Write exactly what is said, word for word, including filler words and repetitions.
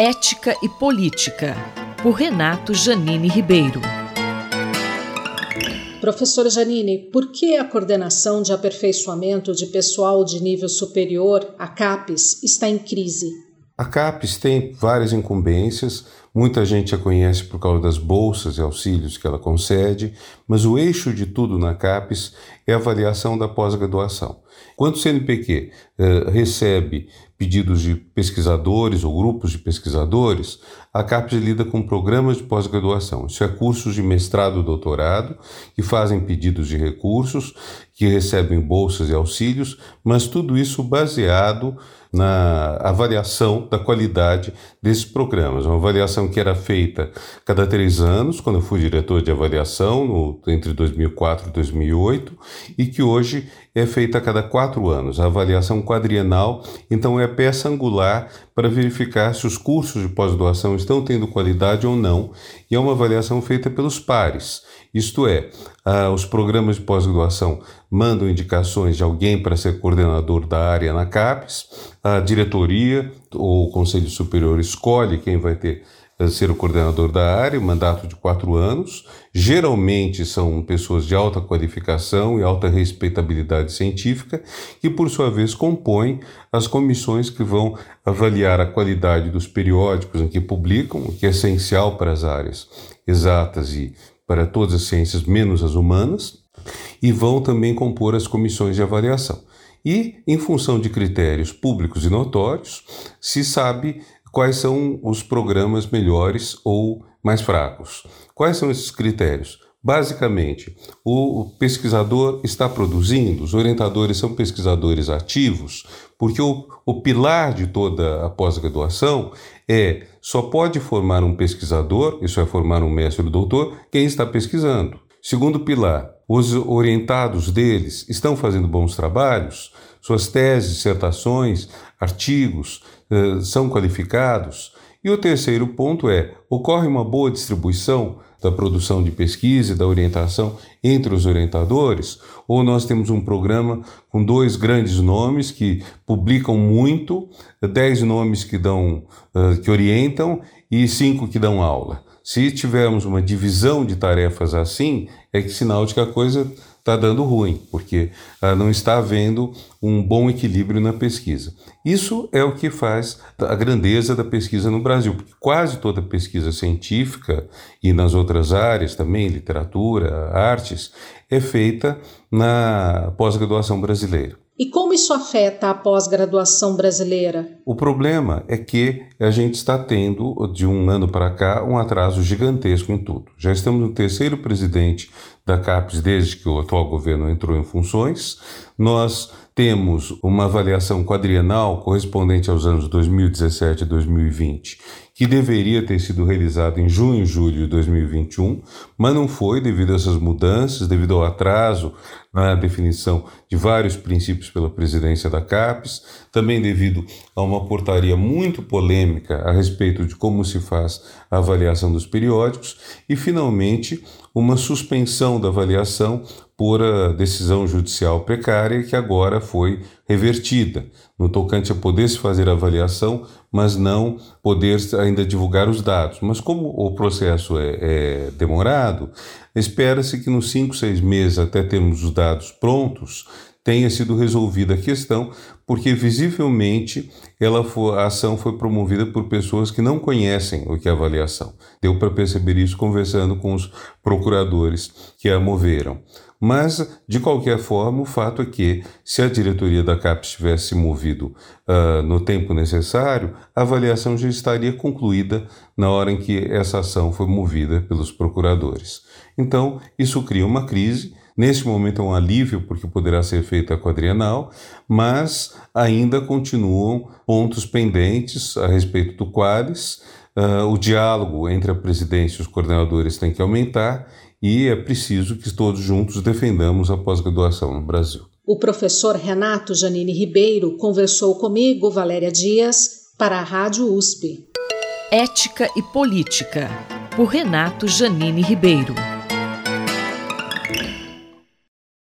Ética e Política, por Renato Janine Ribeiro. Professora Janine, por que a Coordenação de Aperfeiçoamento de Pessoal de Nível Superior, a CAPES, está em crise? A CAPES tem várias incumbências, muita gente a conhece por causa das bolsas e auxílios que ela concede, mas o eixo de tudo na CAPES é a avaliação da pós-graduação. Quando o C N P Q eh, recebe pedidos de pesquisadores ou grupos de pesquisadores, a CAPES lida com programas de pós-graduação. Isso é cursos de mestrado e doutorado, que fazem pedidos de recursos, que recebem bolsas e auxílios, mas tudo isso baseado na avaliação da qualidade desses programas. Uma avaliação que era feita cada três anos, quando eu fui diretor de avaliação, no, entre dois mil e quatro e dois mil e oito, e que hoje é feita a cada quatro anos. A avaliação quadrienal, então, é a peça angular para verificar se os cursos de pós-graduação estão tendo qualidade ou não, e é uma avaliação feita pelos pares. Isto é, ah, os programas de pós-graduação mandam indicações de alguém para ser coordenador da área na CAPES, a diretoria ou o Conselho Superior escolhe quem vai ter ser o coordenador da área, mandato de quatro anos. Geralmente são pessoas de alta qualificação e alta respeitabilidade científica, que por sua vez compõem as comissões que vão avaliar a qualidade dos periódicos em que publicam, o que é essencial para as áreas exatas e para todas as ciências, menos as humanas, e vão também compor as comissões de avaliação. E, em função de critérios públicos e notórios, se sabe quais são os programas melhores ou mais fracos. Quais são esses critérios? Basicamente, o pesquisador está produzindo, os orientadores são pesquisadores ativos, porque o, o pilar de toda a pós-graduação é só pode formar um pesquisador, isso é formar um mestre ou doutor, quem está pesquisando. Segundo pilar, os orientados deles estão fazendo bons trabalhos, suas teses, dissertações, artigos eh, são qualificados. E o terceiro ponto é, ocorre uma boa distribuição da produção de pesquisa e da orientação entre os orientadores, ou nós temos um programa com dois grandes nomes que publicam muito, dez nomes que dão, uh, que orientam e cinco que dão aula. Se tivermos uma divisão de tarefas assim, é que sinal de que a coisa está dando ruim, porque ah, não está havendo um bom equilíbrio na pesquisa. Isso é o que faz a grandeza da pesquisa no Brasil, porque quase toda pesquisa científica e nas outras áreas também, literatura, artes, é feita na pós-graduação brasileira. E como isso afeta a pós-graduação brasileira? O problema é que a gente está tendo, de um ano para cá, um atraso gigantesco em tudo. Já estamos no terceiro presidente da CAPES desde que o atual governo entrou em funções. Nós temos uma avaliação quadrienal correspondente aos anos dois mil e dezessete e dois mil e vinte, que deveria ter sido realizada em junho e julho de dois mil e vinte e um, mas não foi devido a essas mudanças, devido ao atraso na definição de vários princípios pela presidência da CAPES, também devido a uma portaria muito polêmica a respeito de como se faz a avaliação dos periódicos e, finalmente, uma suspensão da avaliação por a decisão judicial precária que agora foi revertida, no tocante a poder se fazer a avaliação, mas não poder ainda divulgar os dados. Mas como o processo é, é demorado, espera-se que nos cinco, seis meses até termos os dados prontos, tenha sido resolvida a questão, porque visivelmente ela foi, a ação foi promovida por pessoas que não conhecem o que é avaliação. Deu para perceber isso conversando com os procuradores que a moveram. Mas, de qualquer forma, o fato é que, se a diretoria da CAPES tivesse movido uh, no tempo necessário, a avaliação já estaria concluída na hora em que essa ação foi movida pelos procuradores. Então, isso cria uma crise. Neste momento é um alívio, porque poderá ser feita a quadrienal, mas ainda continuam pontos pendentes a respeito do Qualis. Uh, o diálogo entre a presidência e os coordenadores tem que aumentar e é preciso que todos juntos defendamos a pós-graduação no Brasil. O professor Renato Janine Ribeiro conversou comigo, Valéria Dias, para a Rádio U S P. Ética e Política, por Renato Janine Ribeiro.